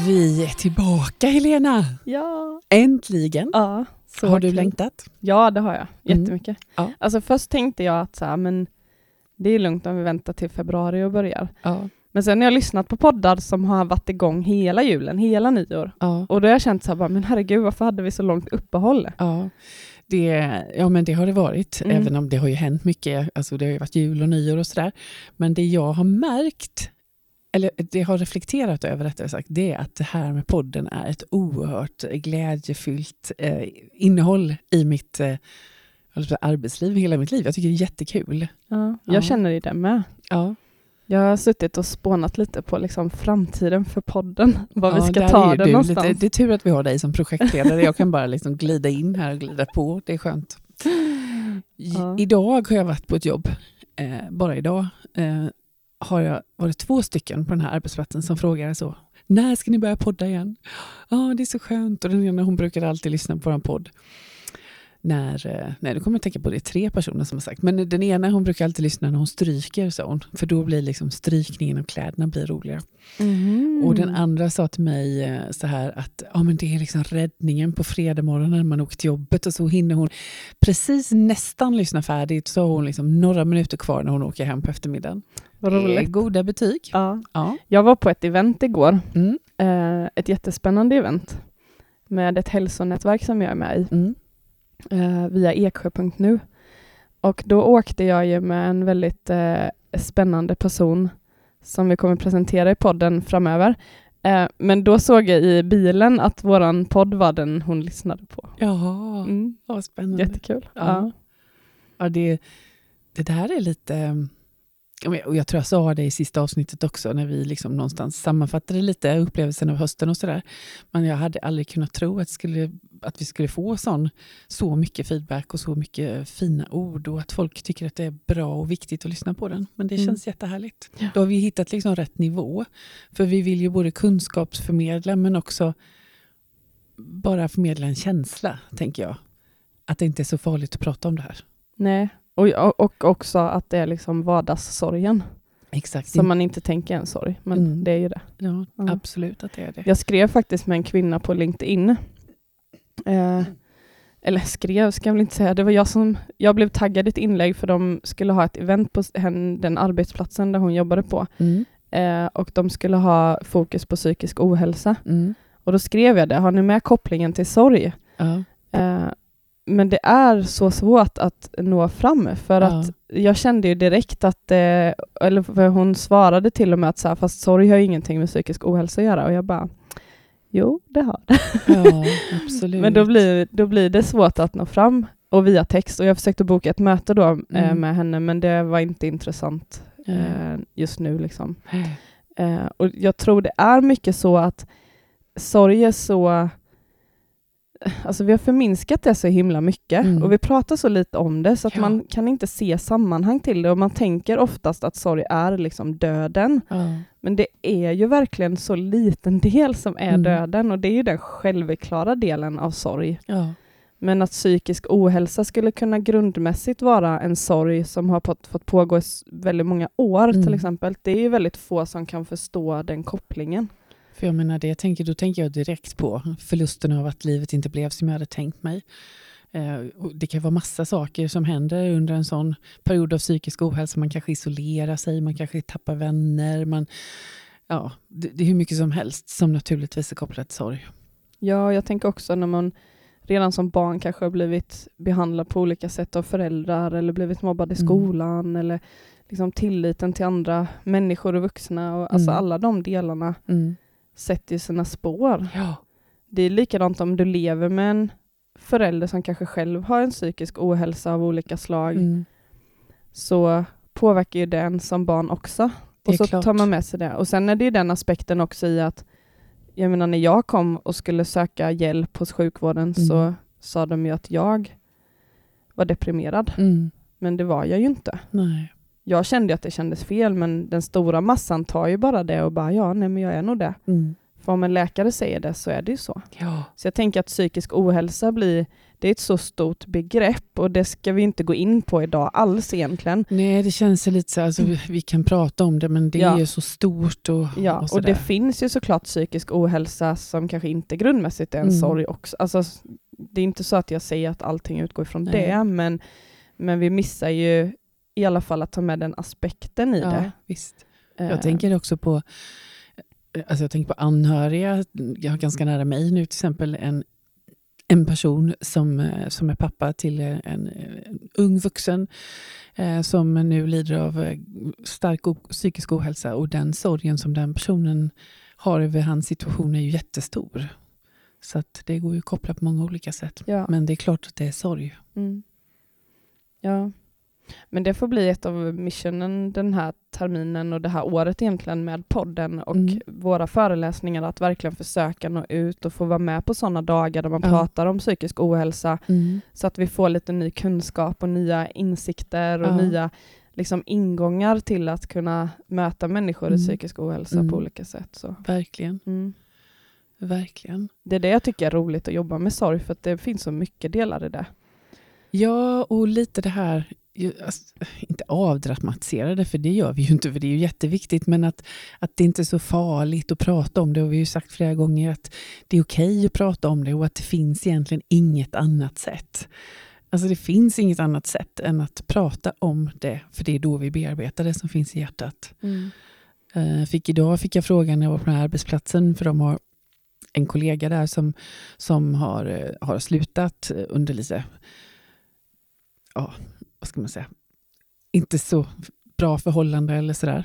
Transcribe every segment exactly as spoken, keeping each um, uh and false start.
Vi är tillbaka, Helena. Ja. Äntligen. Ja, så har du kul. längtat? Ja, det har jag. Jättemycket. Mm. Ja. Alltså först tänkte jag att så här, men det är lugnt om vi väntar till februari och börjar. Ja. Men sen har jag lyssnat på poddar som har varit igång hela julen, hela nyår. Ja. Och då har jag känt så här, bara, men herregud, varför hade vi så långt uppehåll? Ja. Det, ja, men det har det varit. Mm. Även om det har ju hänt mycket. Alltså det har ju varit jul och nyår och sådär. Men det jag har märkt, eller det har reflekterat över rättare sagt, det är att det här med podden är ett oerhört glädjefyllt eh, innehåll i mitt eh, alltså arbetsliv, hela mitt liv. Jag tycker det är jättekul. Ja, jag Ja. känner i det med. Ja. Jag har suttit och spånat lite på liksom framtiden för podden. Var Ja, vi ska där ta är den du någonstans. lite, det är tur att vi har dig som projektledare. Jag kan bara liksom glida in här och glida på. Det är skönt. I, Ja. Idag har jag varit på ett jobb. Eh, bara idag eh, har jag varit två stycken på den här arbetsplatsen som frågar så. När ska ni börja podda igen? Ja, ah, det är så skönt. Och den ena, hon brukar alltid lyssna på en podd. När, eh, nej, du kommer jag tänka på det är tre personer som har sagt. Men den ena, hon brukar alltid lyssna när hon stryker, så hon. För då blir liksom strykningen av kläderna blir roligare. Mm. Och den andra sa till mig eh, så här att ja, men det är liksom räddningen på fredag morgon när man åker till jobbet, och så hinner hon precis nästan lyssna färdigt, så har hon liksom några minuter kvar när hon åker hem på eftermiddagen. Vad roligt. Eh, goda betyg. Ja. Ja. Jag var på ett event igår. Mm. Eh, ett jättespännande event med ett hälsonätverk som jag är med i. Mm. Eh, via eksjö punkt nu. Och då åkte jag ju med en väldigt eh, spännande person som vi kommer presentera i podden framöver. Eh, men då såg jag i bilen att våran podd var den hon lyssnade på. Jaha, Mm. vad spännande. Jättekul. Ja. Ja. Ja, det, det där är lite... Och jag tror jag sa det i sista avsnittet också, när vi liksom någonstans sammanfattade lite upplevelsen av hösten och sådär. Men jag hade aldrig kunnat tro att, skulle, att vi skulle få sån, så mycket feedback och så mycket fina ord, och att folk tycker att det är bra och viktigt att lyssna på den. Men det Mm. känns jättehärligt. Ja. Då har vi hittat liksom rätt nivå. För vi vill ju både kunskapsförmedla, men också bara förmedla en känsla, tänker jag. Att det inte är så farligt att prata om det här. Nej. Och, och också att det är liksom vardagssorgen. Exakt. Som man inte tänker är en sorg. Men Mm. det är ju det. Ja, Ja. absolut att det är det. Jag skrev faktiskt med en kvinna på LinkedIn. Eh, eller skrev, ska jag väl inte säga. Det var jag som, jag blev taggad i ett inlägg för de skulle ha ett event på hen, den arbetsplatsen där hon jobbade på. Mm. Eh, och de skulle ha fokus på psykisk ohälsa. Mm. Och då skrev jag det. Har ni med kopplingen till sorg? Ja. Eh, men det är så svårt att nå fram, för Ja. att jag kände ju direkt att, eh, eller för hon svarade till och med att så här, fast sorg har ju ingenting med psykisk ohälsa att göra, och jag bara, jo det har det. Ja, absolut. Men då blir, då blir det svårt att nå fram, och via text, och jag försökte boka ett möte då eh, Mm. med henne, men det var inte intressant eh, just nu liksom. Eh, och jag tror det är mycket så att sorg är så... Alltså vi har förminskat det så himla mycket. Mm. Och vi pratar så lite om det så att Ja. man kan inte se sammanhang till det. Och man tänker oftast att sorg är liksom döden. Ja. Men det är ju verkligen så liten del som är Mm. döden. Och det är ju den självklara delen av sorg. Ja. Men att psykisk ohälsa skulle kunna grundmässigt vara en sorg som har fått, fått pågå i s- väldigt många år Mm. till exempel. Det är ju väldigt få som kan förstå den kopplingen. För jag menar det, jag tänker, då tänker jag direkt på förlusten av att livet inte blev som jag hade tänkt mig. Eh, och det kan vara massa saker som händer under en sån period av psykisk ohälsa. Man kanske isolerar sig, man kanske tappar vänner. Man, ja, det, det är hur mycket som helst som naturligtvis är kopplat till sorg. Ja, jag tänker också när man redan som barn kanske har blivit behandlad på olika sätt av föräldrar eller blivit mobbad i Mm. skolan eller liksom tilliten till andra människor och vuxna. Och, alltså Mm. alla de delarna Mm. sätter ju sina spår. Ja. Det är likadant om du lever med en förälder som kanske själv har en psykisk ohälsa av olika slag, Mm. så påverkar ju den som barn också. Det är Och så klart. tar man med sig det. Och sen är det ju den aspekten också i att, jag menar när jag kom och skulle söka hjälp hos sjukvården Mm. så sa de ju att jag var deprimerad. Mm. Men det var jag ju inte. Nej. Jag kände att det kändes fel, men den stora massan tar ju bara det och bara, ja, nej men jag är nog det. Mm. För om en läkare säger det så är det ju så. Ja. Så jag tänker att psykisk ohälsa blir, det är ett så stort begrepp och det ska vi inte gå in på idag alls egentligen. Nej, det känns lite så, alltså, vi, vi kan prata om det, men det ja. är ju så stort. Och, ja, och, och det finns ju såklart psykisk ohälsa som kanske inte grundmässigt är en mm. sorg också. Alltså, det är inte så att jag säger att allting utgår från Nej. det, men, men vi missar ju i alla fall att ta med den aspekten i ja, det. Visst. Jag uh. tänker också på Alltså jag tänker på anhöriga. Jag har ganska nära mig nu till exempel en, en person som, som är pappa till en, en ung vuxen eh, som nu lider av stark o- psykisk ohälsa, och den sorgen som den personen har över hans situation är ju jättestor. Så att det går ju att koppla på många olika sätt. Ja. Men det är klart att det är sorg. Mm. Ja. Men det får bli ett av missionen den här terminen och det här året egentligen med podden och mm. våra föreläsningar, att verkligen försöka nå ut och få vara med på sådana dagar där man ja. pratar om psykisk ohälsa mm. så att vi får lite ny kunskap och nya insikter och ja. nya liksom ingångar till att kunna möta människor mm. i psykisk ohälsa mm. på olika sätt. Så. Verkligen. Mm. Verkligen. Det är det jag tycker är roligt att jobba med sorg, för att det finns så mycket delar i det. Ja, och lite det här, alltså, inte avdramatisera det, för det gör vi ju inte, för det är ju jätteviktigt, men att, att det inte är så farligt att prata om det, och vi har ju sagt flera gånger att det är okej att prata om det och att det finns egentligen inget annat sätt. Alltså det finns inget annat sätt än att prata om det, för det är då vi bearbetar det som finns i hjärtat. Mm. Uh, fick idag fick jag frågan när jag var på den här arbetsplatsen, för de har en kollega där som, som har, har slutat under lite, ja, vad ska man säga, inte så bra förhållande eller sådär.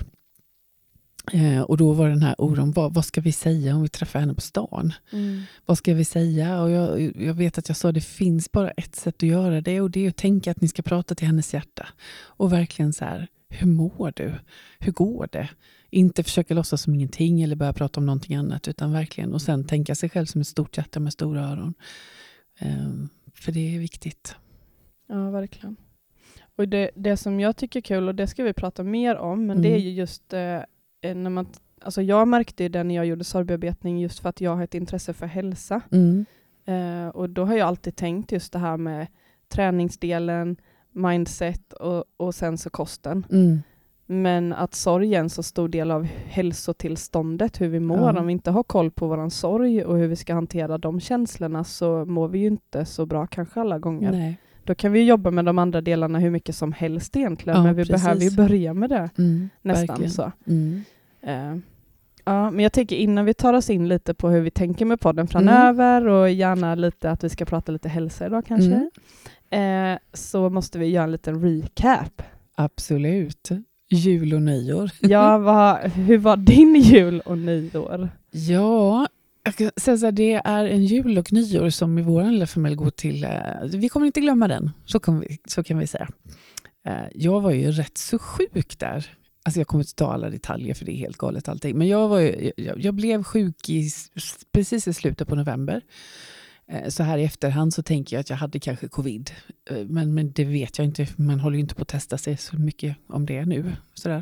Eh, och då var den här oron, vad, vad ska vi säga om vi träffar henne på stan? Mm. Vad ska vi säga? Och jag, jag vet att jag sa, det finns bara ett sätt att göra det, och det är att tänka att ni ska prata till hennes hjärta. Och verkligen så här, hur mår du? Hur går det? Inte försöka låtsas som ingenting eller börja prata om någonting annat, utan verkligen, och sen tänka sig själv som ett stort hjärta med stora öron. Eh, för det är viktigt. Ja, verkligen. Och det, det som jag tycker är kul, och det ska vi prata mer om, men mm. det är ju just eh, när man, alltså jag märkte ju det när jag gjorde sorgbearbetning, just för att jag har ett intresse för hälsa. Mm. Eh, och då har jag alltid tänkt just det här med träningsdelen, mindset och, och sen så kosten. Mm. Men att sorg är en så stor del av hälsotillståndet, hur vi mår. Ja. Om vi inte har koll på våran sorg och hur vi ska hantera de känslorna, så mår vi ju inte så bra kanske alla gånger. Nej. Då kan vi jobba med de andra delarna hur mycket som helst egentligen. Ja, men vi precis. behöver ju börja med det. Mm, nästan verkligen. Så. Mm. Uh, ja, men jag tänker innan vi tar oss in lite på hur vi tänker med podden framöver mm. och gärna lite att vi ska prata lite hälsa idag kanske. Mm. Uh, så måste vi göra en liten recap. Absolut. Jul och nyår. Ja, vad, hur var din jul och nyår? Ja, jag kan säga så här, det är en jul och nyår som i vår lilla familj går till. Eh, vi kommer inte glömma den, så kan vi, så kan vi säga. Eh, jag var ju rätt så sjuk där. Alltså jag kommer inte ta alla detaljer, för det är helt galet allting. Men jag, var ju, jag, jag blev sjuk i, precis i slutet på november. Eh, så här i efterhand så tänker jag att jag hade kanske covid. Eh, men, men det vet jag inte. Man håller ju inte på att testa sig så mycket om det nu. Sådär.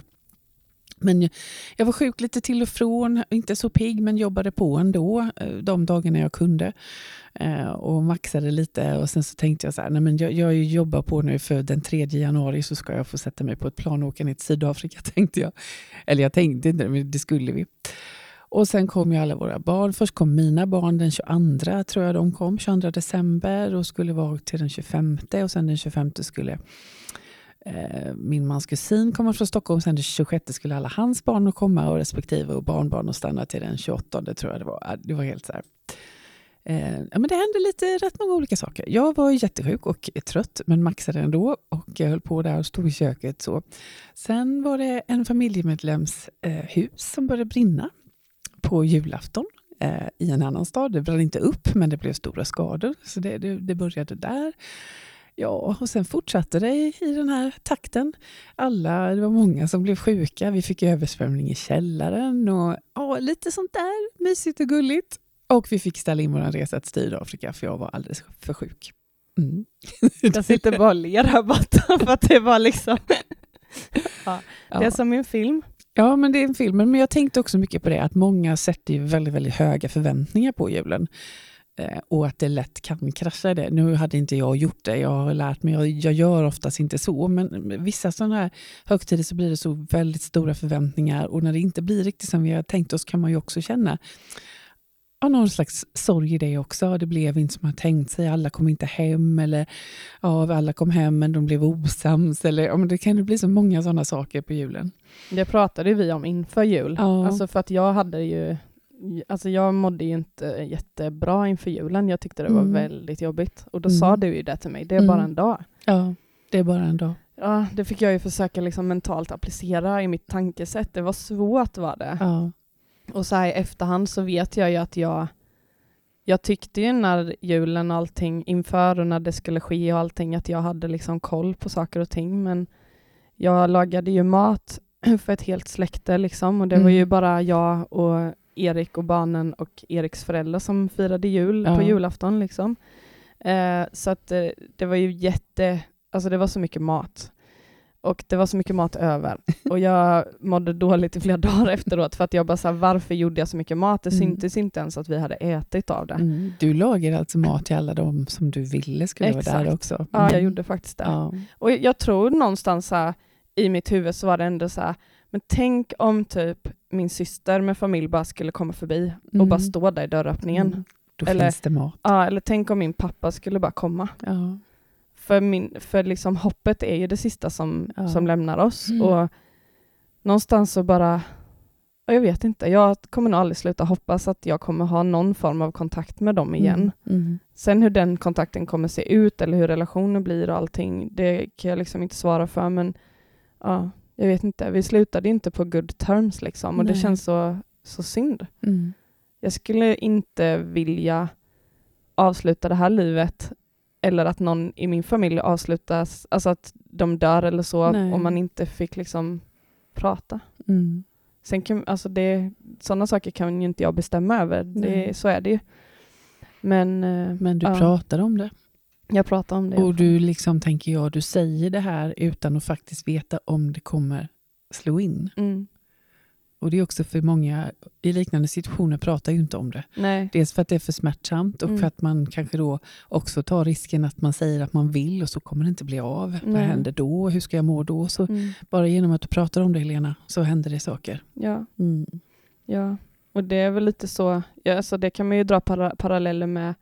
Men jag var sjuk lite till och från, inte så pigg, men jobbade på ändå de dagarna jag kunde eh, och maxade lite, och sen så tänkte jag så här, nej men jag, jag jobbar på nu, för den tredje januari så ska jag få sätta mig på ett plan och åka ner till Sydafrika, tänkte jag. Eller jag tänkte inte, men det skulle vi. Och sen kom ju alla våra barn. Först kom mina barn den tjugoandra, tror jag de kom, tjugoandra december, och skulle vara till den tjugofemte, och sen den tjugofemte skulle min mans kusin kommer från Stockholm, sen den tjugosjätte skulle alla hans barn komma, och respektive och barnbarn, och stanna till den tjugoåttonde, tror jag det var. Det var helt så här. Eh, ja, men det hände lite rätt många olika saker. Jag var jättesjuk och trött, men maxade ändå, och jag höll på där och stod i köket. Så. Sen var det en familjemedlems eh, hus som började brinna på julafton eh, i en annan stad. Det brann inte upp, men det blev stora skador, så det, det, det började där. Ja, och sen fortsatte det i, i den här takten. Alla, det var många som blev sjuka. Vi fick översvämning i källaren och ja, lite sånt där mysigt och gulligt. Och vi fick ställa in vår resa till Sydafrika, för jag var alldeles för sjuk. Mm. Jag sitter bara och ler här borta, för att det var liksom ja, det är ja. som en film. Ja, men det är en film. Men jag tänkte också mycket på det, att många sätter ju väldigt, väldigt höga förväntningar på julen. Eh, och att det lätt kan krascha i det. Nu hade inte jag gjort det. Jag har lärt mig. Jag, jag gör oftast inte så. Men vissa sådana här högtider så blir det så väldigt stora förväntningar. Och när det inte blir riktigt som vi har tänkt oss kan man ju också känna ja, någon slags sorg i det också. Det blev inte som man tänkt sig. Alla kom inte hem. Eller ja, alla kom hem men de blev osams. Eller, ja, men det kan ju bli så många sådana saker på julen. Det pratade vi om inför jul. Ja. Alltså för att jag hade ju Alltså jag mådde ju inte jättebra inför julen. Jag tyckte det var Mm. väldigt jobbigt. Och då Mm. sa du ju det till mig. Det är Mm. bara en dag. Ja, det är bara en dag. Ja, det fick jag ju försöka liksom mentalt applicera i mitt tankesätt. Det var svårt var det. Ja. Och så här i efterhand så vet jag ju att jag jag tyckte ju när julen och allting inför och när det skulle ske och allting att jag hade liksom koll på saker och ting. Men jag lagade ju mat för ett helt släkte liksom. Och det Mm. var ju bara jag och Erik och barnen och Eriks föräldrar som firade jul Ja. på julafton liksom. Eh, så att eh, det var ju jätte, alltså det var så mycket mat. Och det var så mycket mat över. Och jag mådde dåligt i flera dagar efteråt för att jag bara sa varför gjorde jag så mycket mat? Det Mm. syntes inte ens att vi hade ätit av det. Mm. Du lagade alltså mat till alla de som du ville skulle vara Exakt. där också. Mm. Ja, jag gjorde faktiskt det. Ja. Och jag tror någonstans så här, i mitt huvud så var det ändå så här, men tänk om typ min syster med familj bara skulle komma förbi och Mm. bara stå där i dörröppningen. Mm. Då Eller- finns det mat. Ja, eller tänk om min pappa skulle bara komma. Ja. För, min, för liksom hoppet är ju det sista som, Ja. som lämnar oss. Mm. Och någonstans så bara, ja, jag vet inte, jag kommer nog aldrig sluta hoppas att jag kommer ha någon form av kontakt med dem igen. Mm. Mm. Sen hur den kontakten kommer se ut eller hur relationen blir och allting, det kan jag liksom inte svara för. Men ja, jag vet inte, vi slutade inte på good terms liksom. Och Nej. det känns så, så synd. Mm. Jag skulle inte vilja avsluta det här livet eller att någon i min familj avslutas, alltså att de dör eller så, Nej. om man inte fick liksom prata. Mm. Sen kan, alltså det, sådana saker kan ju inte jag bestämma över, Nej. det, så är det ju. Men, eh, Men du ja, pratar om det. jag pratar om det. Och du liksom tänker jag, du säger det här utan att faktiskt veta om det kommer slå in. Mm. Och det är också för många i liknande situationer pratar ju inte om det. Nej. Dels för att det är för smärtsamt och Mm. för att man kanske då också tar risken att man säger att man vill och så kommer det inte bli av. Vad Nej. händer då? Hur ska jag må då? Så Mm. bara genom att du pratar om det, Helena, så händer det saker. Ja, Mm. ja. Och det är väl lite så, ja, alltså det kan man ju dra para, paralleller med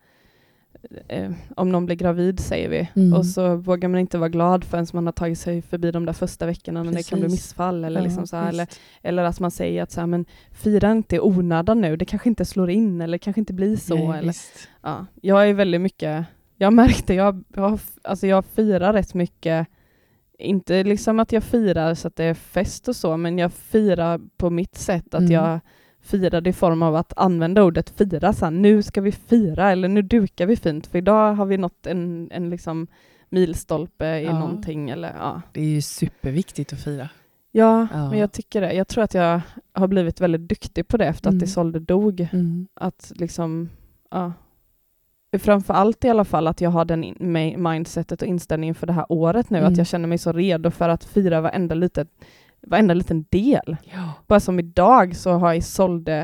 eh, om någon blir gravid säger vi. Mm. Och så vågar man inte vara glad förrän man har tagit sig förbi de där första veckorna när det kan bli Precis. missfall. Eller, Ja, liksom så här, eller, visst. eller att man säger att så här, men, fira inte i onödan nu, det kanske inte slår in eller kanske inte blir så. Nej, eller, visst. ja. Jag är väldigt mycket, jag märkte, jag, jag, alltså jag firar rätt mycket, inte liksom att jag firar så att det är fest och så, men jag firar på mitt sätt att Mm. jag firade i form av att använda ordet fira. Så här, nu ska vi fira eller nu dukar vi fint för idag har vi nått en, en liksom milstolpe i Ja. någonting. Eller, ja. Det är ju superviktigt att fira. Ja, Ja. men jag tycker det. Jag tror att jag har blivit väldigt duktig på det efter Mm. att Isolde dog. Mm. Att liksom, ja. Framför allt i alla fall att jag har den in- mi- mindsetet och inställningen för det här året nu. Mm. Att jag känner mig så redo för att fira varenda, litet, varenda liten del. Ja. Bara som idag så har Isolde,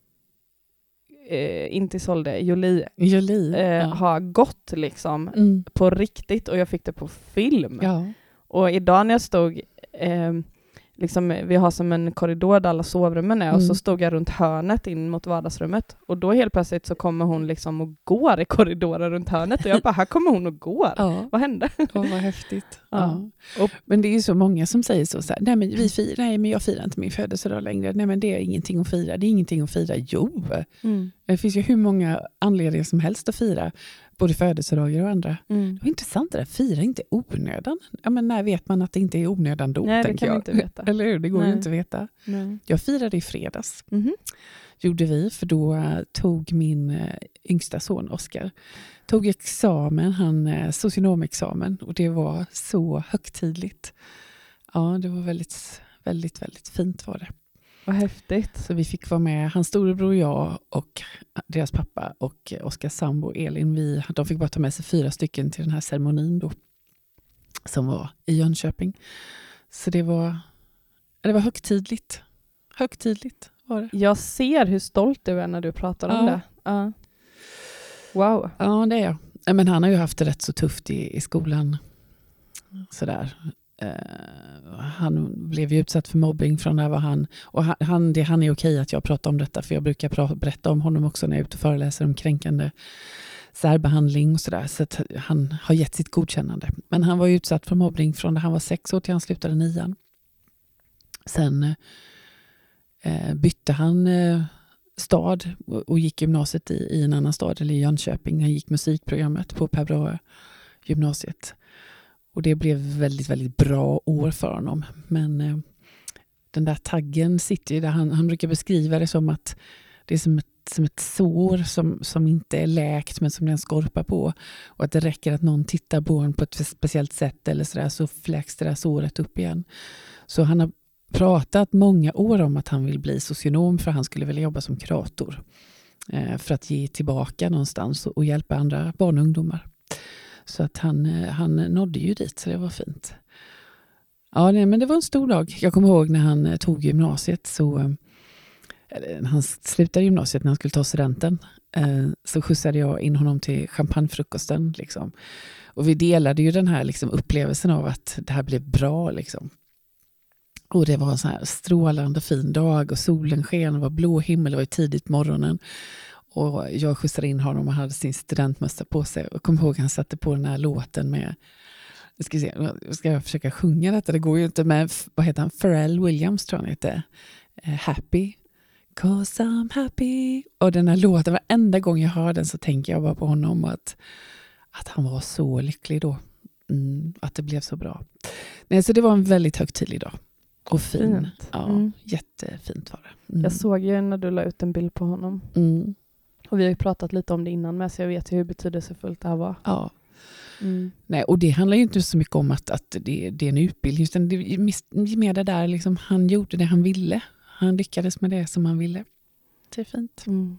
eh, inte Isolde, Jolie, Jolie. eh, ja. har gått liksom Mm. på riktigt och jag fick det på film. Ja. Och idag när jag stod, eh, liksom, vi har som en korridor där alla sovrummen är och Mm. så stod jag runt hörnet in mot vardagsrummet och då helt plötsligt så kommer hon liksom och går i korridoren runt hörnet och jag bara, här kommer hon och går. Ja. Vad hände? Åh, vad häftigt. Ja. Ja. Men det är ju så många som säger så, så här, nej, men vi firar, nej men jag firar inte min födelsedag längre. Nej men det är ingenting att fira. Det är ingenting att fira. Jo, Mm. det finns ju hur många anledningar som helst att fira. Både födelsedagar och andra. Mm. Det var intressant det där. Fira inte onödan. Ja, men när vet man att det inte är onödan då? Nej, det tänker kan man jag. inte veta. Eller hur? Det går ju Nej. inte att veta. Nej. Jag firade i fredags. Mhm. Gjorde vi, för då eh, tog min eh, yngsta son Oskar tog examen, han eh, socionomexamen, och det var så högtidligt. Ja, det var väldigt, väldigt, väldigt fint var det. Vad häftigt. Så vi fick vara med, hans storebror och jag och deras pappa och Oskars sambo Elin, vi, de fick bara ta med sig fyra stycken till den här ceremonin då, som var i Jönköping. Så det var, det var högtidligt. Högtidligt var det. Jag ser hur stolt du är när du pratar om Ja. det. Ja. Wow. Ja, det är jag. Men han har ju haft det rätt så tufft i, i skolan. Sådär. Uh, han blev ju utsatt för mobbing från när var han. Och han, han, det, han är okej att jag pratar om detta, för jag brukar pra, berätta om honom också när jag är ute och föreläser om kränkande särbehandling och sådär. Så att han har gett sitt godkännande. Men han var ju utsatt för mobbing från när han var sex år till han slutade nian. Sen uh, bytte han uh, stad och, och gick gymnasiet i, i en annan stad, eller i Jönköping. Han gick musikprogrammet på Per Brahe gymnasiet. Och det blev väldigt, väldigt bra år för honom. Men eh, den där taggen sitter ju där. Han, han brukar beskriva det som att det är som ett, som ett sår som, som inte är läkt, men som den skorpar på. Och att det räcker att någon tittar på honom på ett speciellt sätt eller sådär, så fläks det där såret upp igen. Så han har pratat många år om att han vill bli socionom, för han skulle vilja jobba som kurator. Eh, för att ge tillbaka någonstans och, och hjälpa andra barn och ungdomar. Så att han, han nådde ju dit, så det var fint. Ja, nej, men det var en stor dag. Jag kommer ihåg när han tog gymnasiet, så eller, när han slutade gymnasiet, när han skulle ta studenten, eh, så skjutsade jag in honom till champagnefrukosten. Liksom. Och vi delade ju den här liksom, upplevelsen av att det här blev bra. Liksom. Och det var en så här strålande fin dag och solen sken och var blå himmel, det var tidigt morgonen. Och jag skjutsade in honom och hade sin studentmössa på sig. Och kom ihåg att han satte på den här låten med... Jag ska, se, ska jag försöka sjunga detta? Det går ju inte med... Vad heter han? Pharrell Williams tror jag han heter. Uh, happy. 'Cause I'm happy. Och den här låten, varenda gång jag hör den så tänker jag bara på honom. Att, att han var så lycklig då. Mm, att det blev så bra. Nej, så det var en väldigt högtidlig dag. Och fin. Fint. Ja, Mm. jättefint var det. Mm. Jag såg ju när du la ut en bild på honom. Mm. Och vi har ju pratat lite om det innan med, så jag vet ju hur betydelsefullt det här var. Ja. Mm. Nej, och det handlar ju inte så mycket om att, att det, det är en utbildning, utan det är mer det där, liksom, han gjorde det han ville. Han lyckades med det som han ville. Det är fint. Mm.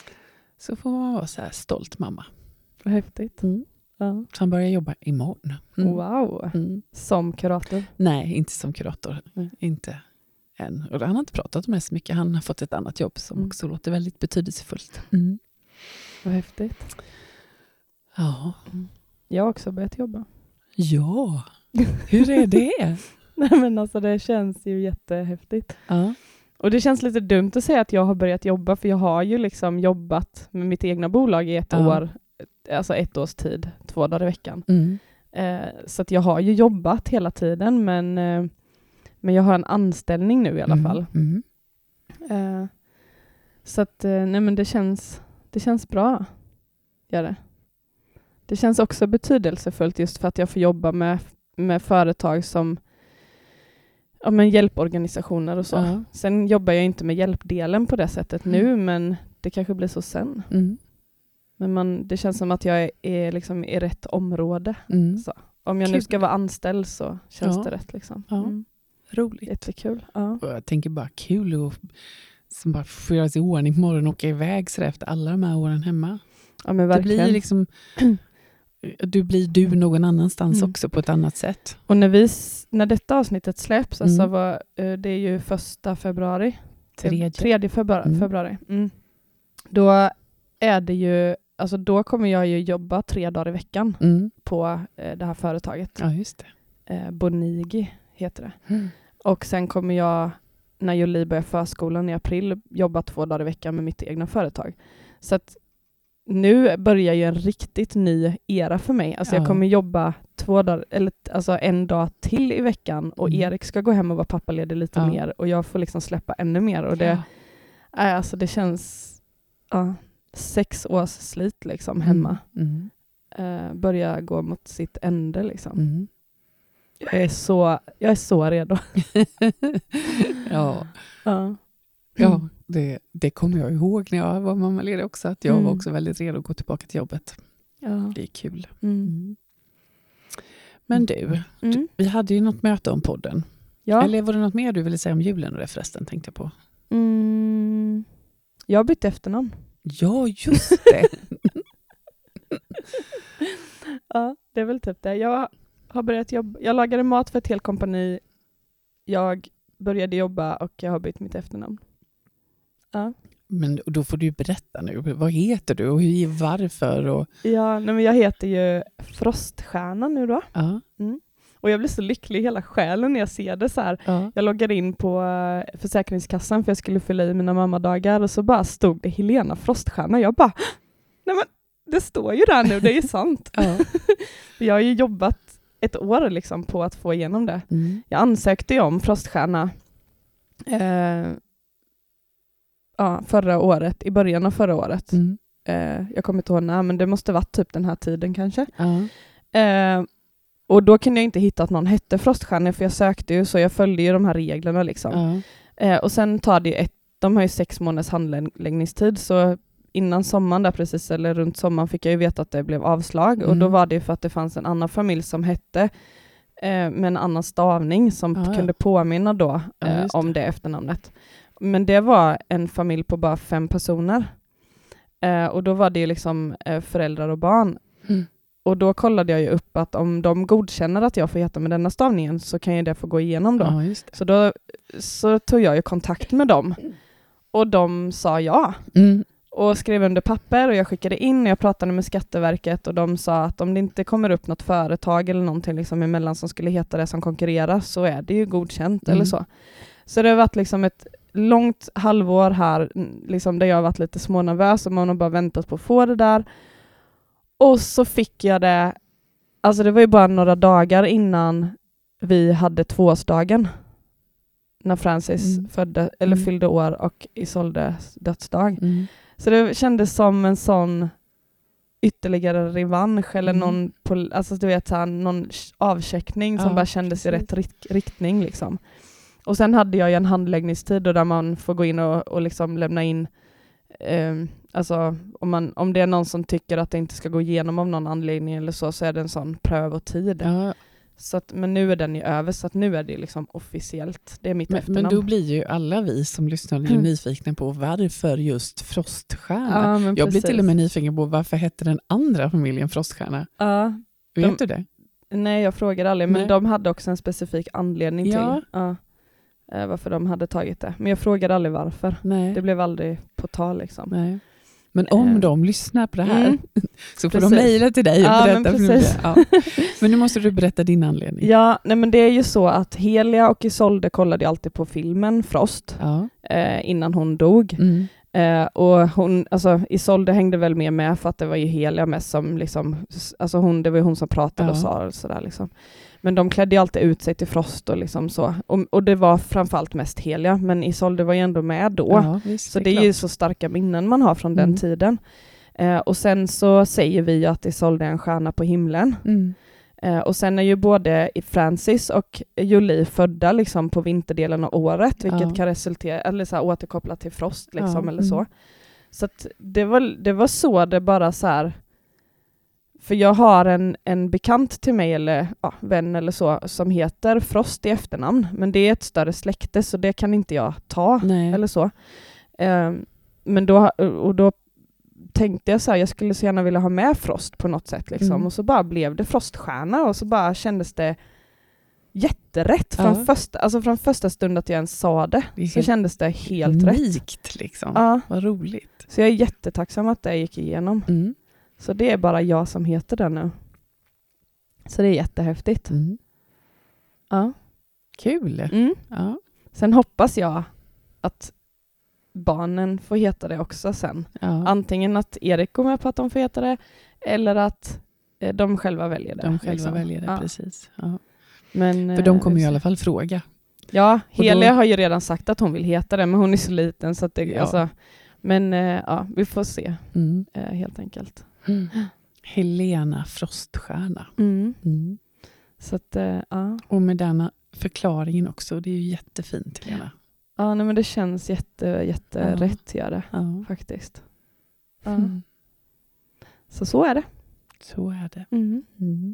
Så får man vara så här stolt mamma. Vad häftigt. Mm. Ja. Så han börjar jobba imorgon. Mm. Wow. Mm. Som kurator? Nej, inte som kurator. Mm. Inte än. Och han har inte pratat om det så mycket. Han har fått ett annat jobb som Mm. också låter väldigt betydelsefullt. Mm. Vad häftigt. Ja. Jag har också börjat jobba. Ja. Hur är det? Nej, men alltså det känns ju jättehäftigt. Ja. Och det känns lite dumt att säga att jag har börjat jobba, för jag har ju liksom jobbat med mitt egna bolag i ett Ja. år, alltså ett års tid, två dagar i veckan. Mm. Eh, så att jag har ju jobbat hela tiden, men, eh, men jag har en anställning nu i alla Mm. fall. Mm. Eh, så att eh, nej, men det känns, det känns bra. Gör det. Det känns också betydelsefullt just för att jag får jobba med, med företag som ja, men hjälporganisationer och så. Ja. Sen jobbar jag inte med hjälpdelen på det sättet Mm. nu, men det kanske blir så sen. Mm. Men man, det känns som att jag är, är liksom i rätt område. Mm. Så. Om jag nu Kul. ska vara anställd så känns Ja. det rätt. Liksom. Ja. Mm. Roligt. Jättekul. Ja. Och jag tänker bara kul och som bara får göra sig i ordning på morgonen och åka iväg så där efter alla de här åren hemma. Ja, men Det verkligen. blir liksom, du blir du någon annanstans Mm. också på ett annat sätt. Och när, vi, s- när detta avsnittet släpps, Mm. alltså var, eh, det är ju första februari. Tredje. Tredje februari. Mm. februari. Mm. Då är det ju, alltså då kommer jag ju jobba tre dagar i veckan Mm. på eh, det här företaget. Ja, just det. Eh, Bonigi heter det. Mm. Och sen kommer jag, när Jolie börjar förskolan i april, jobba två dagar i veckan med mitt egna företag. Så att nu börjar ju en riktigt ny era för mig. Alltså Ja. jag kommer jobba två dagar, eller alltså en dag till i veckan, och Mm. Erik ska gå hem och vara pappaledig lite Ja. mer, och jag får liksom släppa ännu mer. Och det, Ja. nej, alltså det känns ja, sex års slit liksom hemma. Mm. Eh, börja gå mot sitt ände liksom. Mm. Jag är så, jag är så redo. Ja, Ja. ja det, det kommer jag ihåg när jag var mammaledig också. Att jag Mm. var också väldigt redo att gå tillbaka till jobbet. Ja. Det är kul. Mm. Mm. Men du, Mm. vi hade ju något möte om podden. Ja. Eller var det något mer du ville säga om julen och det förresten, tänkte jag på? Mm. Jag har bytt efternamn. Ja, just det. Ja, det är väl typ det. Jag har börjat jobba. Jag lagade mat för ett helt kompani. Jag började jobba och jag har bytt mitt efternamn. Ja. Men då får du berätta nu. Vad heter du och hur, varför? Och... Ja, nej men jag heter ju Froststjärna nu då. Ja. Mm. Och jag blir så lycklig i hela själen när jag ser det så här. Ja. Jag loggade in på Försäkringskassan för jag skulle fylla i mina mammadagar och så bara stod det Helena Froststjärna. Jag bara, nej men det står ju där nu, det är ju sant. Ja. Jag har ju jobbat ett år liksom på att få igenom det. Mm. Jag ansökte ju om Froststjärna eh, ja, förra året, i början av förra året. Mm. Eh, jag kommer inte ihåg när, men det måste varit typ den här tiden kanske. Ja. Eh, och då kunde jag inte hitta att någon hette Froststjärna, för jag sökte ju, så jag följde ju de här reglerna liksom. Ja. Eh, och sen tar det ju ett, de har ju sex månaders handläggningstid, så innan sommaren där precis, eller runt sommaren, fick jag ju veta att det blev avslag. Mm. Och då var det för att det fanns en annan familj som hette eh, med en annan stavning som Ah, ja. kunde påminna då Ja, eh, just det. om det efternamnet. Men det var en familj på bara fem personer. Eh, och då var det ju liksom eh, föräldrar och barn. Mm. Och då kollade jag ju upp att om de godkänner att jag får heta med denna stavningen, så kan ju det få gå igenom då. Ja, just det. Så då så tog jag ju kontakt med dem. Och de sa ja. Mm. Och skrev under papper och jag skickade in och jag pratade med Skatteverket och de sa att om det inte kommer upp något företag eller någonting liksom emellan som skulle heta det som konkurrerar, så är det ju godkänt. Mm. Eller så. Så det har varit liksom ett långt halvår här liksom, där jag har varit lite smånervös och man har bara väntat på att få det där. Och så fick jag det, alltså det var ju bara några dagar innan vi hade tvåårsdagen. När Francis Mm. födde, eller Mm. fyllde år och Isoldes dödsdag. Mm. Så det kändes som en sån ytterligare revansch eller Mm. någon, pol- alltså du vet, så här, någon avcheckning som Ja, bara kändes i precis. rätt rik- riktning. Liksom. Och sen hade jag ju en handläggningstid då där man får gå in och, och liksom lämna in, eh, alltså om, man, om det är någon som tycker att det inte ska gå igenom av någon anledning eller så, så är det en sån prövotid. Ja. Så att, men nu är den ju över, så att nu är det liksom officiellt. Det är mitt Men, efternamn. men då blir ju alla vi som lyssnar ju Mm. nyfikna på varför just Froststjärna. Ja, men Jag blir precis. till och med nyfiken på varför hette den andra familjen Froststjärna. Ja, Vet De- du det? nej, jag frågar aldrig, men Nej. de hade också en specifik anledning Ja. till ja, eh, varför de hade tagit det. Men jag frågade aldrig varför. Nej. Det blev aldrig på tal liksom. Nej. Men om Eh. de lyssnar på det här Mm. så får Precis. de mejla till dig och Ja, men berätta. För precis. nu. Ja. Men nu måste du berätta din anledning. Ja, nej men det är ju så att Helia och Isolde kollade ju alltid på filmen Frost Ja. eh, innan hon dog. Mm. Eh, och hon, alltså Isolde hängde väl med med för att det var ju Helia mest som liksom, alltså hon, det var ju hon som pratade Ja. och sa och sådär liksom. Men de klädde ju alltid ut sig till Frost och liksom så. Och, och det var framförallt mest Helia, men Isolde var ju ändå med då. Ja, visst, så det är klart. ju så starka minnen man har från Mm. den tiden. Eh, och sen så säger vi att Isolde är en stjärna på himlen. Mm. Eh, och sen är ju både Francis och Julie födda liksom på vinterdelen av året, vilket Ja. kan resultera, eller så här, återkoppla till Frost liksom, Ja, eller så. mm. Så att det var, det var så det bara så här. För jag har en, en bekant till mig, eller ja, vän eller så, som heter Frost i efternamn. Men det är ett större släkte, så det kan inte jag ta. Nej. Eller så. Eh, men då, och då tänkte jag så här, jag skulle så gärna vilja ha med Frost på något sätt. Liksom. Mm. Och så bara blev det Froststjärna och så bara kändes det jätterätt. Ja. Från, första, alltså från första stund att jag ens sa det, Det är så helt kändes det helt rätt. Unikt liksom. Ja. Vad roligt. Så jag är jättetacksam att det gick igenom. Mm. Så det är bara jag som heter det nu. Så det är jättehäftigt. Mm. Ja. Kul. Mm. Ja. Sen hoppas jag att barnen får heta det också sen. Ja. Antingen att Erik går med på att de får heta det, eller att eh, de själva väljer det. De själva liksom. väljer det, Ja. precis. Ja. Men, För de eh, kommer ju i vi- alla fall fråga. Ja, Och Helia då- har ju redan sagt att hon vill heta det, men hon är så liten så att det, Ja. alltså, men eh, ja, vi får se Mm. eh, helt enkelt. Mm. Helena Froststjärna. Mm. Mm. Så att, eh, ja. Och med denna förklaringen också. Det är ju jättefint, Helena. Ja, nej, men det känns jätte, jätte Ja. rätt gör det Ja. faktiskt. Ja. Mm. Så så är det. Så är det. Mm. Mm.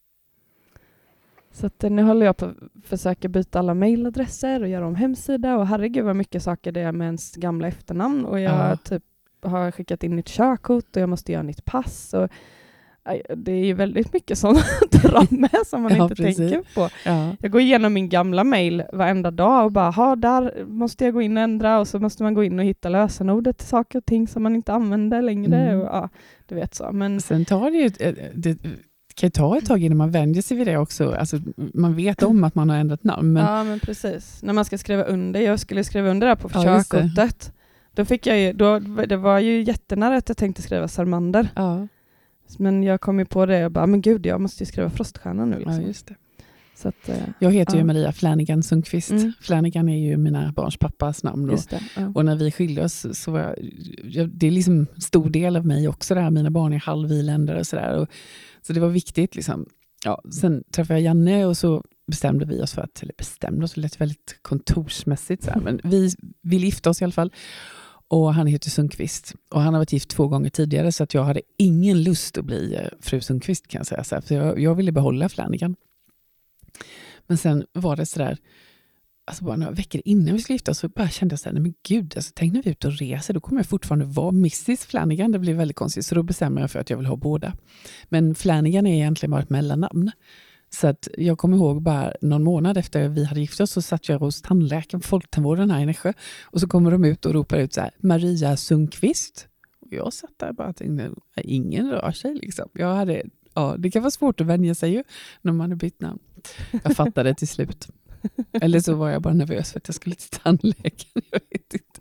Så att, eh, nu håller jag på att försöka byta alla mejladresser och göra om hemsida. Och herregud vad mycket saker det är med ens gamla efternamn. Och jag Ja. typ har skickat in nytt körkort och jag måste göra nytt pass. Och, Det är ju väldigt mycket som drar med som man Ja, inte precis. tänker på. Ja. Jag går igenom min gamla mail varenda dag och bara, ha där måste jag gå in och ändra, och så måste man gå in och hitta lösenordet till saker och ting som man inte använder längre. Mm. Och, ja, du vet så. Men Sen tar det ju ett, det kan ju ta ett tag innan man vänjer sig vid det också. Alltså, man vet om att man har ändrat namn. Men... ja, men precis. När man ska skriva under, jag skulle skriva under det på Ja, just det. körkortet. Då fick jag ju, då, det var ju jättenära att jag tänkte skriva Sarmander. Ja. Men jag kom ju på det och bara, men gud, jag måste ju skriva Froststjärna nu. Liksom. Ja, just det. Så att, eh, Jag heter ju ja. Maria Flanagan Sundqvist. Mm. Flanagan är ju mina barns pappas namn. Då. Just det, ja. Och när vi skilde oss så var jag, jag, det är liksom en stor del av mig också. Det här. Mina barn är halviländare och sådär. Och, så det var viktigt. Liksom. Ja, sen träffade jag Janne och så bestämde vi oss för att, eller bestämde oss, det lät väldigt kontorsmässigt. Så här. Men vi vill gifta oss i alla fall. Och han heter Sundqvist. Och han har varit gift två gånger tidigare, så att jag hade ingen lust att bli eh, fru Sundqvist, kan jag säga. Så här, för jag, jag ville behålla Flanagan. Men sen var det sådär, alltså bara några veckor innan vi skulle gifta oss så bara kände jag så här, nej men gud, alltså, tänk när vi är ute och reser, då kommer jag fortfarande vara missus Flanagan. Det blir väldigt konstigt, så då bestämmer jag för att jag vill ha båda. Men Flanagan är egentligen bara ett mellannamn. Så att jag kommer ihåg bara någon månad efter vi hade gift oss så satt jag hos tandläkaren, folktandvården här i Nässjö. Och så kommer de ut och ropar ut så här, Maria Sundqvist. Och jag satt där bara och tänkte, ingen rör sig liksom. Jag hade, ja, det kan vara svårt att vänja sig ju när man har bytt namn. Jag fattade till slut. Eller så var jag bara nervös för att jag skulle till tandläkaren. Jag vet inte.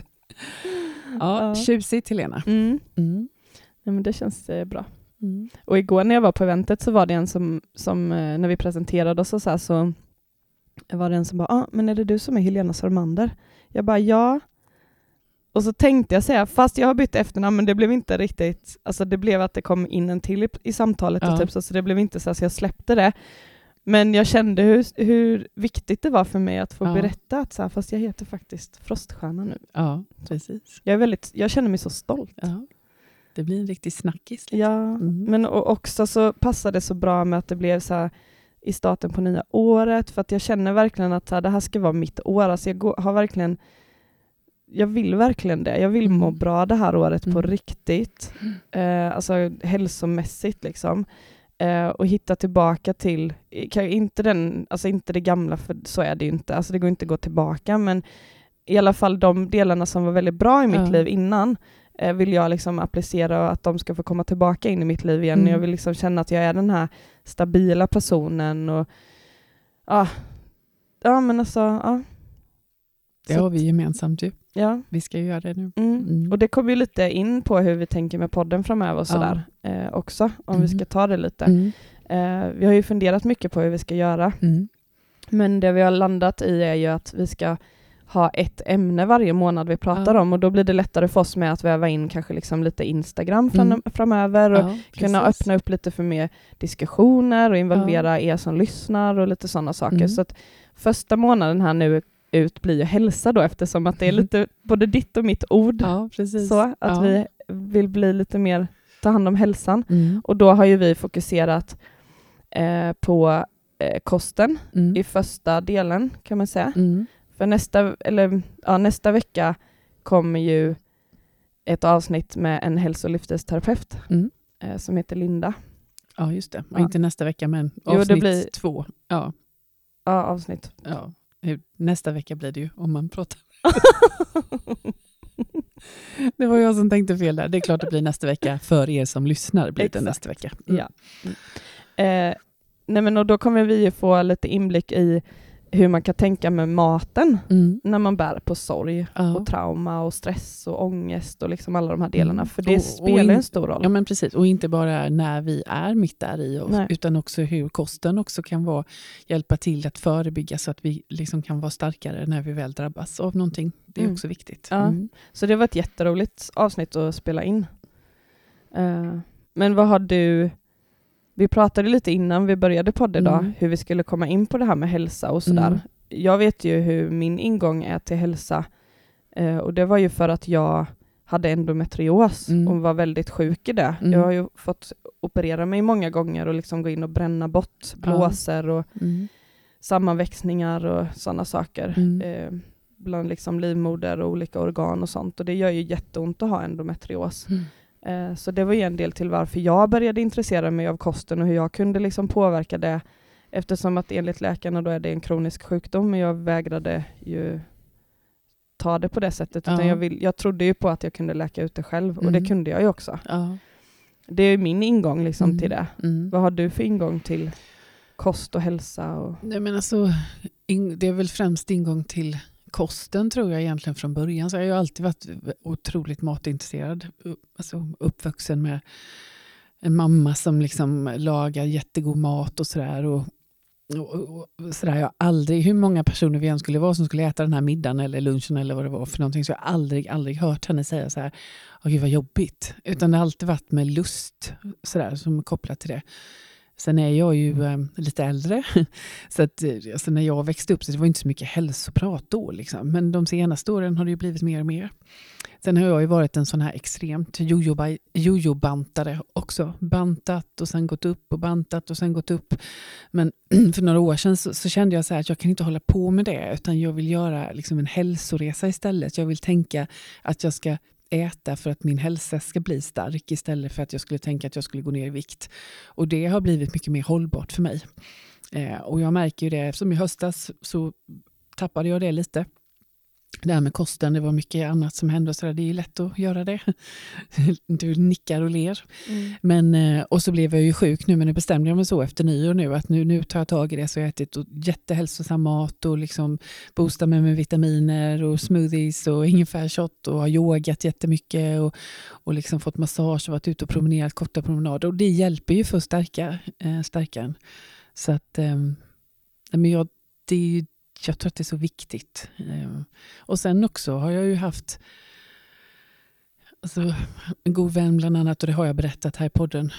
Ja, Ja. tjusigt Helena. Mm. Mm. Ja, men det känns eh, bra. Mm. Och igår när jag var på eventet så var det en som, som eh, när vi presenterade oss och så, här, så var det en som bara, ah, men är det du som är Helena Sarmander? Jag bara, ja. Och så tänkte jag säga, fast jag har bytt efternamn, men det blev inte riktigt, alltså det blev att det kom in en till i, i samtalet Ja. och typ så, så det blev inte så, så jag släppte det. Men jag kände hur, hur viktigt det var för mig att få Ja. berätta att så här, fast jag heter faktiskt Froststjärna nu. Ja, precis. Jag är väldigt, jag känner mig så stolt. Ja. Det blir en riktig snackis. Liksom. Ja, Mm. men och också så passade det så bra med att det blev så här i starten på nya året, för att jag känner verkligen att så här, det här ska vara mitt år. Alltså jag går, har verkligen, jag vill verkligen det. Jag vill Mm. må bra det här året på Mm. riktigt. Eh, alltså hälsomässigt liksom. Eh, och hitta tillbaka till, kan- inte, den, alltså inte det gamla, för så är det ju inte. Alltså det går inte att gå tillbaka, men i alla fall de delarna som var väldigt bra i mitt Ja. liv innan eh, vill jag liksom applicera, och att de ska få komma tillbaka in i mitt liv igen. Mm. Jag vill liksom känna att jag är den här stabila personen. Och ja, ja men alltså, ja. Det Så har att- vi gemensamt ju. Ja. Vi ska ju göra det nu. Mm. Mm. Och det kommer ju lite in på hur vi tänker med podden framöver och sådär eh, också, om Mm. vi ska ta det lite. Mm. Eh, vi har ju funderat mycket på hur vi ska göra, Mm. men det vi har landat i är ju att vi ska ha ett ämne varje månad vi pratar Ja. om, och då blir det lättare för oss med att väva in kanske liksom lite Instagram fram- Mm. framöver och Ja, kunna precis. öppna upp lite för mer diskussioner och involvera er som lyssnar och lite sådana saker. Mm. Så att första månaden här nu ut blir ju hälsa då, eftersom att det är lite både ditt och mitt ord. Ja, precis. Så att Ja. vi vill bli lite mer, ta hand om hälsan. Mm. Och då har ju vi fokuserat eh, på eh, kosten Mm. i första delen, kan man säga. Mm. För nästa, eller, ja, nästa vecka kommer ju ett avsnitt med en hälso- och livsstilsterapeut Mm. eh, som heter Linda. Ja, just det. Och Ja. inte nästa vecka, men Jo, det avsnitt blir- två. Ja. Ja, avsnitt. Ja. Hur- Nästa vecka blir det ju, om man pratar. Det var jag som tänkte fel där. Det är klart det blir nästa vecka. För er som lyssnar blir det Exakt. nästa vecka. Mm. Ja. Mm. Eh, nej men och då kommer vi ju få lite inblick i hur man kan tänka med maten Mm. när man bär på sorg Ja. och trauma och stress och ångest och liksom alla de här delarna. Mm. För det Och- och spelar in- en stor roll. Ja, men precis. Och inte bara när vi är mitt där i, och, Nej. utan också hur kosten också kan vara, hjälpa till att förebygga så att vi liksom kan vara starkare när vi väl drabbas av någonting. Det är Mm. också viktigt. Ja. Mm. Så det var ett jätteroligt avsnitt att spela in. Eh, men vad har du... Vi pratade lite innan vi började podden idag, Mm. hur vi skulle komma in på det här med hälsa och sådär. Mm. Jag vet ju hur min ingång är till hälsa. Eh, och det var ju för att jag hade endometrios Mm. och var väldigt sjuk i det. Mm. Jag har ju fått operera mig många gånger och liksom gå in och bränna bort blåsor och Mm. sammanväxningar och sådana saker. Mm. Eh, bland liksom livmoder och olika organ och sånt. Och det gör ju jätteont att ha endometrios. Mm. Eh, så det var ju en del till varför jag började intressera mig av kosten och hur jag kunde liksom påverka det. Eftersom att enligt läkarna då är det en kronisk sjukdom, men jag vägrade ju ta det på det sättet. Utan ja. jag, vill, jag trodde ju på att jag kunde läka ut det själv, och Mm. det kunde jag ju också. Ja. Det är min ingång liksom Mm. till det. Mm. Vad har du för ingång till kost och hälsa? Och... Nej, men alltså, in, det är väl främst ingång till kosten tror jag egentligen från början. Så jag har ju alltid varit otroligt matintresserad. Alltså, uppvuxen med en mamma som liksom lagar jättegod mat och sådär. Och, och, och sådär. Jag har aldrig, hur många personer vi än skulle vara som skulle äta den här middagen eller lunchen eller vad det var för någonting, så jag har aldrig, aldrig hört henne säga så här, åh gud vad jobbigt. Utan det har alltid varit med lust sådär, som är kopplat till det. Sen är jag ju eh, lite äldre, så att alltså, när jag växte upp så det var inte så mycket hälsoprat då. Liksom. Men de senaste åren har det ju blivit mer och mer. Sen har jag ju varit en sån här extremt jojo- jojo-bantare också. Bantat och sen gått upp och bantat och sen gått upp. Men för några år sedan så, så kände jag så här att jag kan inte hålla på med det, utan jag vill göra liksom en hälsoresa istället. Jag vill tänka att jag ska äta för att min hälsa ska bli stark istället för att jag skulle tänka att jag skulle gå ner i vikt. Och det har blivit mycket mer hållbart för mig. Eh, och jag märker ju det, som i höstas så tappade jag det lite. Det här med kosten, det var mycket annat som hände och så där. Det är ju lätt att göra det. Du nickar och ler. Mm. Men, eh, och så blev jag ju sjuk nu, men nu bestämde jag mig så efter nyår nu att nu, nu tar jag tag i det, så jag har ätit och jättehälsosam mat och liksom boostar mig med vitaminer och smoothies och ingefärshot och har yogat jättemycket och, och liksom fått massage och varit ute och promenerat korta promenader, och det hjälper ju för att stärka, eh, stärka en. Så att eh, men jag, det är ju Jag tror att det är så viktigt. Och sen också har jag ju haft alltså, en god vän bland annat, och det har jag berättat här i podden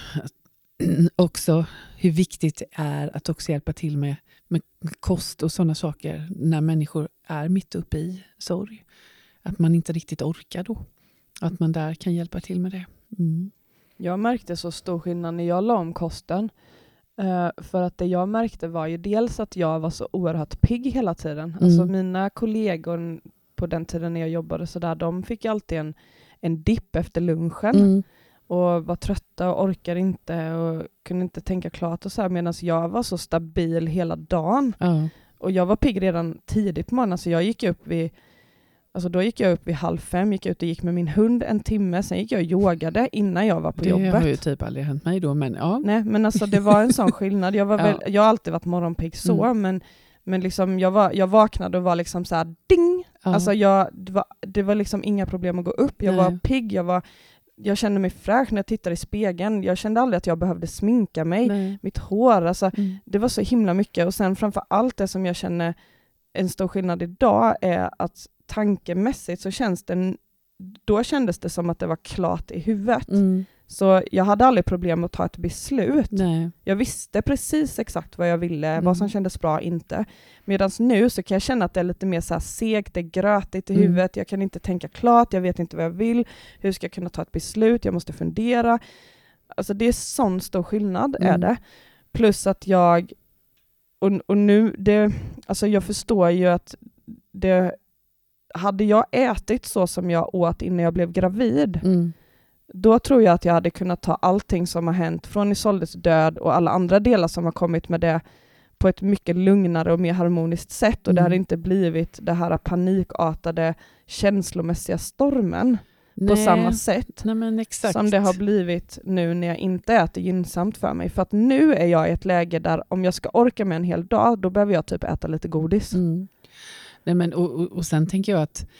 också, hur viktigt det är att också hjälpa till med, med kost och sådana saker när människor är mitt uppe i sorg. Att man inte riktigt orkar då. Att man där kan hjälpa till med det. Mm. Jag märkte så stor skillnad när jag la om kosten. Uh, för att det jag märkte var ju dels att jag var så oerhört pigg hela tiden. Mm. Alltså mina kollegor på den tiden när jag jobbade så där, de fick alltid en, en dipp efter lunchen. Mm. Och var trötta och orkade inte och kunde inte tänka klart och så här, medan jag var så stabil hela dagen. Ja. Och jag var pigg redan tidigt på morgonen, så jag gick upp vid Alltså då gick jag upp vid halv fem, gick ut och gick med min hund en timme. Sen gick jag och yogade innan jag var på det jobbet. Det har ju typ aldrig hänt mig då, men ja. Nej, men alltså det var en sån skillnad. Jag, var väl, Ja. jag har alltid varit morgonpigg så, Mm. men, men liksom jag, var, jag vaknade och var liksom så här ding! Ja. Alltså jag, det, var, det var liksom inga problem att gå upp. Jag Nej. var pigg, jag, var, jag kände mig fräsch när jag tittade i spegeln. Jag kände aldrig att jag behövde sminka mig. Nej. Mitt hår, alltså Mm. det var så himla mycket. Och sen framför allt det som jag känner en stor skillnad idag är att tankemässigt så känns det, då kändes det som att det var klart i huvudet. Mm. Så jag hade aldrig problem att ta ett beslut. Nej. Jag visste precis exakt vad jag ville, Mm. vad som kändes bra, inte. Medan nu så kan jag känna att det är lite mer så här segt, det är grötigt i Mm. huvudet, jag kan inte tänka klart, jag vet inte vad jag vill, hur ska jag kunna ta ett beslut, jag måste fundera. Alltså det är sån stor skillnad Mm. är det. Plus att jag, och, och nu, det, alltså jag förstår ju att det, hade jag ätit så som jag åt innan jag blev gravid, Mm. då tror jag att jag hade kunnat ta allting som har hänt från Isoldes död och alla andra delar som har kommit med det på ett mycket lugnare och mer harmoniskt sätt. Och Mm. det hade inte blivit det här panikartade känslomässiga stormen på Nej. samma sätt Nej, men exakt. som det har blivit nu när jag inte äter gynnsamt för mig. För att nu är jag i ett läge där om jag ska orka med en hel dag, då behöver jag typ äta lite godis. Mm. Nej, men, och, och, och sen tänker jag att,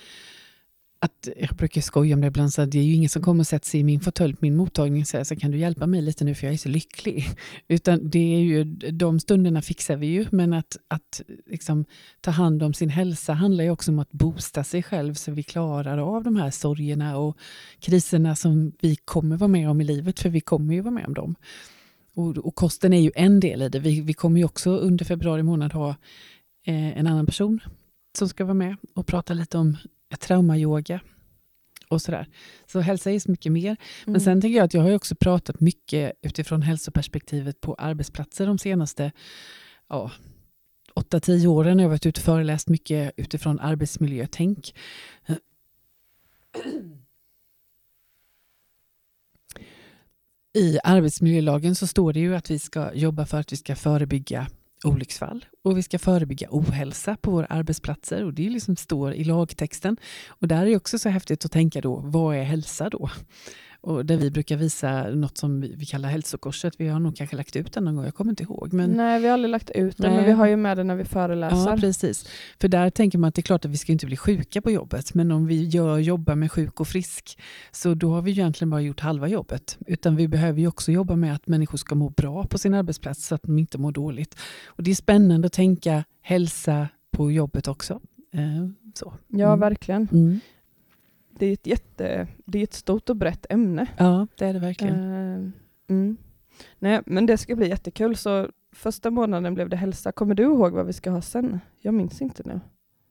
att jag brukar skoja om det ibland, så att det är ju ingen som kommer att sätta sig i min fåtölj på min mottagning och säga så kan du hjälpa mig lite nu för jag är så lycklig. Utan det är ju, de stunderna fixar vi ju, men att, att liksom, ta hand om sin hälsa handlar ju också om att boosta sig själv så vi klarar av de här sorgerna och kriserna som vi kommer vara med om i livet, för vi kommer ju vara med om dem. Och, och kosten är ju en del i det. Vi, vi kommer ju också under februari månad ha eh, en annan person som ska vara med och prata lite om traumayoga och sådär. Så hälsa är så mycket mer. Men Mm. sen tänker jag att jag har ju också pratat mycket utifrån hälsoperspektivet på arbetsplatser de senaste ja, åtta tio åren. Jag har varit ute och föreläst mycket utifrån arbetsmiljötänk. I arbetsmiljölagen så står det ju att vi ska jobba för att vi ska förebygga olycksfall och vi ska förebygga ohälsa på våra arbetsplatser, och det liksom står i lagtexten. Och där är det också så häftigt att tänka då, vad är hälsa då? Och där vi brukar visa något som vi, vi kallar hälsokorset. Vi har nog kanske lagt ut den någon gång, jag kommer inte ihåg. Men... Nej, vi har aldrig lagt ut den, Nej. men vi har ju med den när vi föreläser. Ja, precis. För där tänker man att det är klart att vi ska inte bli sjuka på jobbet. Men om vi gör, jobbar med sjuk och frisk, så då har vi ju egentligen bara gjort halva jobbet. Utan vi behöver ju också jobba med att människor ska må bra på sin arbetsplats så att de inte mår dåligt. Och det är spännande att tänka hälsa på jobbet också. Eh, så. Ja, Mm. verkligen. Mm. Det är ett jätte, det är ett stort och brett ämne. Ja, det är det verkligen. Uh, mm. Nej, men det ska bli jättekul. Så första månaden blev det hälsa. Kommer du ihåg vad vi ska ha sen? Jag minns inte nu.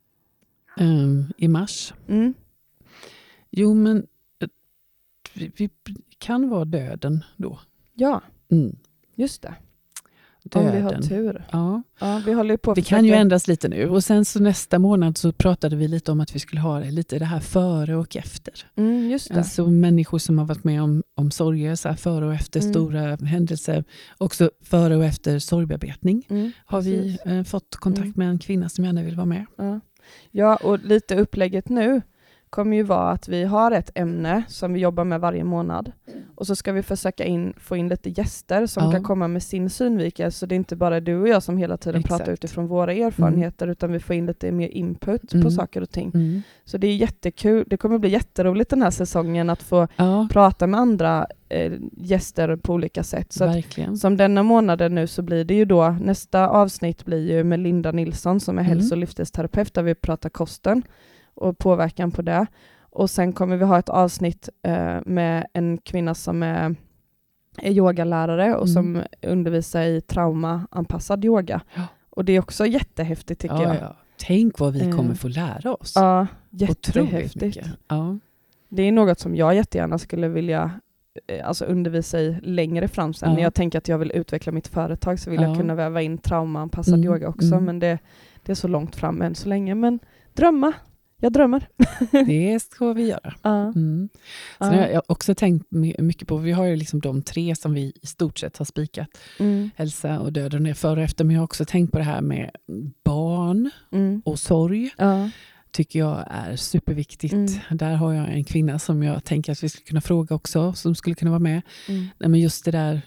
Um, I mars. Mm. Jo, men eh, vi, vi kan vara döden då. Ja, Mm. just det. Döden. Om vi har tur. Ja. Ja, vi håller ju på att Det försöka... kan ju ändras lite nu. Och sen så nästa månad så pratade vi lite om att vi skulle ha lite det här före och efter. Mm, just det. Alltså människor som har varit med om, om sorger, så här före och efter Mm. stora händelser. Också före och efter sorgbearbetning. Mm, Har vi precis. eh, fått kontakt Mm. med en kvinna som gärna vill vara med. Ja. Ja, och lite upplägget nu kommer ju vara att vi har ett ämne som vi jobbar med varje månad. Och så ska vi försöka in, få in lite gäster som Ja. kan komma med sin synvinkel. Så det är inte bara du och jag som hela tiden Exakt. pratar utifrån våra erfarenheter, utan vi får in lite mer input Mm. på saker och ting. Mm. Så det är jättekul. Det kommer bli jätteroligt den här säsongen att få Ja, prata med andra eh, gäster på olika sätt. Så att, verkligen. som denna månaden nu så blir det ju då, nästa avsnitt blir ju med Linda Nilsson som är Mm. hälso- och livsstilsterapeut, där vi pratar kosten och påverkan på det. Och sen kommer vi ha ett avsnitt eh, med en kvinna som är, är yogalärare och Mm. som undervisar i traumaanpassad yoga. Ja. Och det är också jättehäftigt tycker Ja, jag. ja. Tänk vad vi Eh. kommer få lära oss. Ja, Otroligt jättehäftigt. mycket. Ja. Det är något som jag jättegärna skulle vilja eh, alltså undervisa i längre fram sen. Ja. När jag tänker att jag vill utveckla mitt företag så vill Ja. jag kunna väva in traumaanpassad Mm, yoga också. mm. Men det, det är så långt fram än så länge. Men drömma, jag drömmer. Det ska vi göra. Ja. Mm. Ja. Sen har jag också tänkt my- mycket på, vi har ju liksom de tre som vi i stort sett har spikat. Mm. Hälsa och döden är före och efter, men jag har också tänkt på det här med barn Mm. och sorg. Ja. Tycker jag är superviktigt. Mm. Där har jag en kvinna som jag tänker att vi skulle kunna fråga också, som skulle kunna vara med. Mm. Nej, men just det där,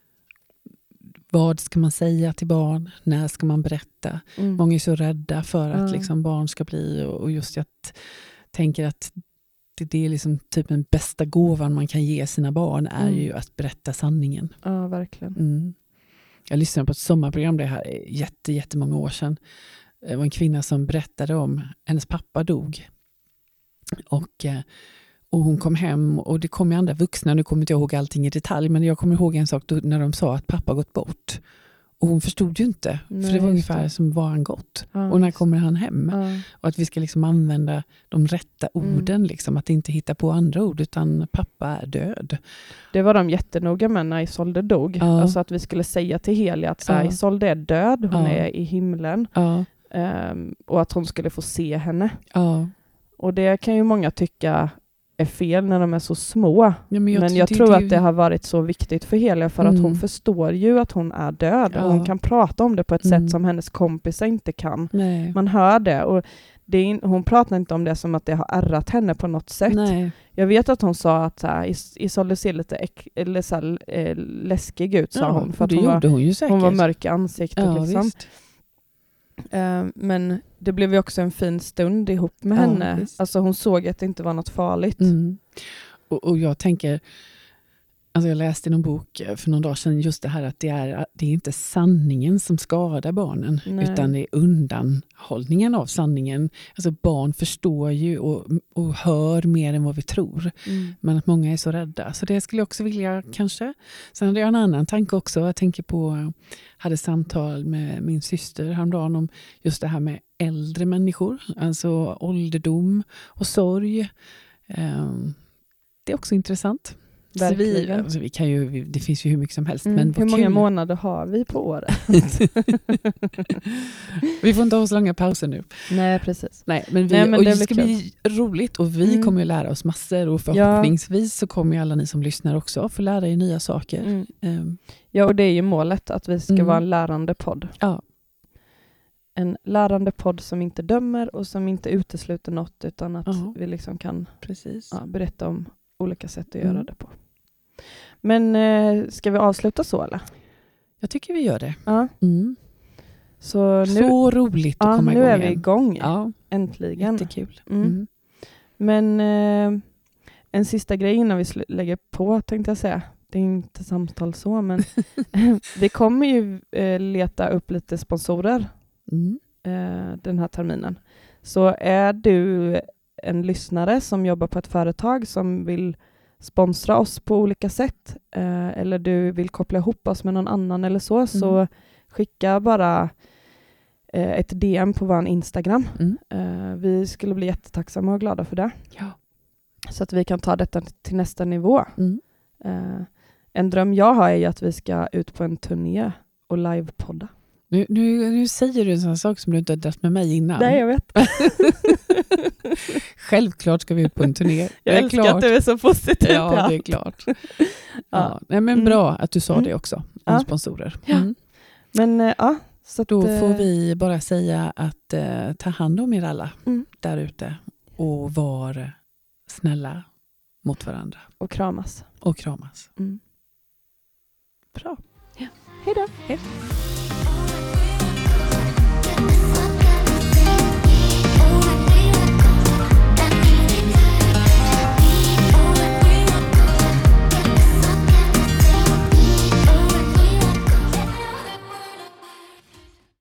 vad ska man säga till barn? När ska man berätta? Mm. Många är så rädda för att Ja. liksom barn ska bli, och och just jag t- tänker att det, det är liksom typ den bästa gåvan man kan ge sina barn är Mm. ju att berätta sanningen. Ja, verkligen. Mm. Jag lyssnade på ett sommarprogram, det här är jätte, jättemånga år sedan. Det var en kvinna som berättade om hennes pappa dog. Och, eh, och hon kom hem och det kom ju andra vuxna, nu kommer inte jag ihåg allting i detalj, men jag kommer ihåg en sak då, när de sa att pappa gått bort. Och hon förstod ju inte, Nej, för det var just ungefär det. som var han gått. Ja, Och när just kommer han hem? Ja. Och att vi ska liksom använda de rätta Mm. orden, liksom, att inte hitta på andra ord, utan pappa är död. Det var de jättenoga med när Isolde dog. Ja. Alltså att vi skulle säga till Helia att så här, Ja. Isolde är död, hon Ja. är i himlen. Ja, Ehm, och att hon skulle få se henne. ja. Och det kan ju många tycka är fel när de är så små. Ja, men Men jag, jag, det- tror det- att det har varit så viktigt för Helia för Mm. att hon förstår ju att hon är död. Ja. Och hon kan prata om det på ett Mm. sätt som hennes kompisar inte kan. Nej. Man hör det. Och det är in, hon pratar inte om det som att det har ärrat henne på något sätt. Nej. Jag vet att hon sa att så här, Is- Isolde ser lite äck, eller så här, eh, läskig ut, sa Ja, hon. För och att det hon var, gjorde hon ju säkert. hon var mörk i ansiktet. Ja, liksom. visst. Eh, men det blev ju också en fin stund ihop med Ja, henne. visst. Alltså hon såg att det inte var något farligt. Mm. Och, och jag tänker, alltså jag läste i någon bok för någon dag sedan just det här att det är, det är inte sanningen som skadar barnen, Nej. utan det är undanhållningen av sanningen. Alltså barn förstår ju och, och hör mer än vad vi tror, Mm. men att många är så rädda. Så det skulle jag också vilja kanske. Sen hade jag en annan tanke också. Jag tänker på, hade samtal med min syster häromdagen om just det här med äldre människor, alltså ålderdom och sorg. Um, det är också intressant. Så vi, Verkligen. alltså, vi kan ju, vi, det finns ju hur mycket som helst. Mm. Men Hur vad många kul. månader har vi på året? Vi får inte ha så långa pauser nu. Nej, precis. Nej, men, vi, Nej, men och det det blir ska bli roligt och vi Mm. kommer ju lära oss massor och förhoppningsvis så kommer ju alla ni som lyssnar också få lära er nya saker. Mm. Um, Ja, och det är ju målet att vi ska Mm. vara en lärande podd. ja, En lärande podd som inte dömer och som inte utesluter något, utan att Ja. vi liksom kan precis. ja, berätta om olika sätt att Mm. göra det på. Men eh, ska vi avsluta så eller? Jag tycker vi gör det. Ja. Mm. Så nu, Så roligt att ja, komma nu igång är vi igen. igång. Ja, Äntligen. jättekul. Mm. Mm. Men eh, en sista grej innan vi sl- lägger på, tänkte jag säga. Det är inte samtal så, men vi kommer ju eh, leta upp lite sponsorer Mm. eh, den här terminen. Så är du en lyssnare som jobbar på ett företag som vill sponsra oss på olika sätt, eh, eller du vill koppla ihop oss med någon annan eller så, så Mm. skicka bara eh, ett D M på vår Instagram. Mm. Eh, vi skulle bli jättetacksamma och glada för det. Ja. Så att vi kan ta detta till nästa nivå. Mm. Eh, en dröm jag har är ju att vi ska ut på en turné och livepodda. Nu, nu, nu säger du en sån sak som du inte har dragit med mig innan. Nej, jag vet. Självklart ska vi ut på en turné. Jag det är älskar klart. att du är så positiv. Ja, det är klart. Ja. Ja. Nej, men Mm. bra att du sa Mm. det också om Ja. sponsorer. Ja. Mm. Men eh, ja, så att, Då eh, får vi bara säga att eh, ta hand om er alla Mm. där ute och var snälla mot varandra och kramas. och kramas. Mm. Bra. Hej då. Hej.